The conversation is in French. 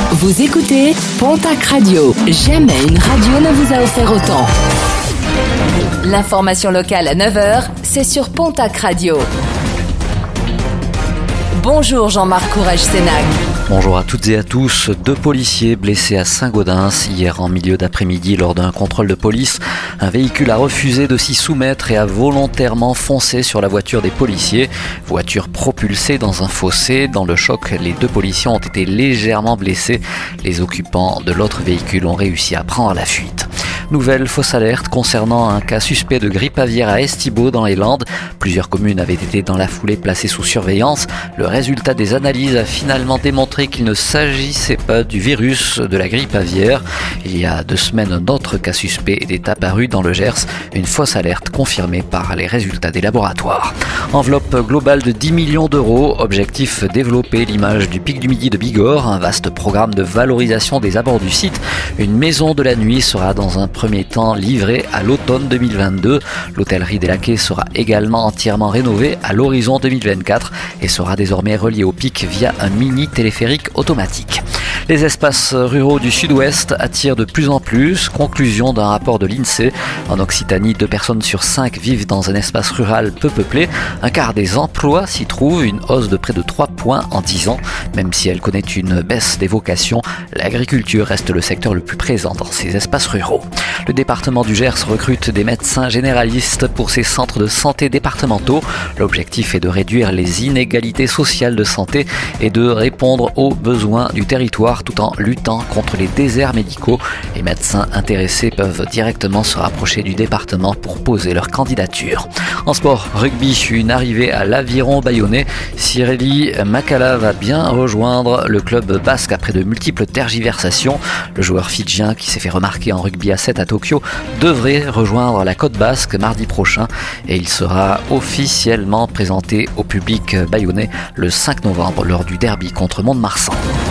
Vous écoutez Pontac Radio. Jamais une radio ne vous a offert autant. L'information locale à 9h, c'est sur Pontac Radio. Bonjour Jean-Marc Courage-Sénac. Bonjour à toutes et à tous. 2 policiers blessés à Saint-Gaudens hier en milieu d'après-midi lors d'un contrôle de police. Un véhicule a refusé de s'y soumettre et a volontairement foncé sur la voiture des policiers. Voiture propulsée dans un fossé. Dans le choc, les 2 policiers ont été légèrement blessés. Les occupants de l'autre véhicule ont réussi à prendre la fuite. Nouvelle fausse alerte concernant un cas suspect de grippe aviaire à Estibeaux dans les Landes. Plusieurs communes avaient été dans la foulée placées sous surveillance. Le résultat des analyses a finalement démontré qu'il ne s'agissait pas du virus de la grippe aviaire. Il y a 2 semaines, un autre cas suspect est apparu dans le Gers. Une fausse alerte confirmée par les résultats des laboratoires. Enveloppe globale de 10 millions d'euros. Objectif, développer l'image du Pic du Midi de Bigorre. Un vaste programme de valorisation des abords du site. Une maison de la nuit sera dans un premier temps livrée à l'automne 2022. L'hôtellerie des Laquais sera également entièrement rénovée à l'horizon 2024 et sera désormais reliée au Pic via un mini téléphérique automatique. Les espaces ruraux du sud-ouest attirent de plus en plus. Conclusion d'un rapport de l'INSEE. En Occitanie, 2 personnes sur 5 vivent dans un espace rural peu peuplé. Un quart des emplois s'y trouvent, une hausse de près de 3 points en 10 ans. Même si elle connaît une baisse des vocations, l'agriculture reste le secteur le plus présent dans ces espaces ruraux. Le département du Gers recrute des médecins généralistes pour ses centres de santé départementaux. L'objectif est de réduire les inégalités sociales de santé et de répondre aux besoins du territoire tout en luttant contre les déserts médicaux. Les médecins intéressés peuvent directement se rapprocher du département pour poser leur candidature. En sport, rugby, une arrivée à l'Aviron bayonnais. Cirelli Makala va bien rejoindre le club basque après de multiples tergiversations. Le joueur fidjien qui s'est fait remarquer en rugby à 7 à Tokyo devrait rejoindre la côte basque mardi prochain et il sera officiellement présenté au public bayonnais le 5 novembre lors du derby contre Mont-de-Marsan.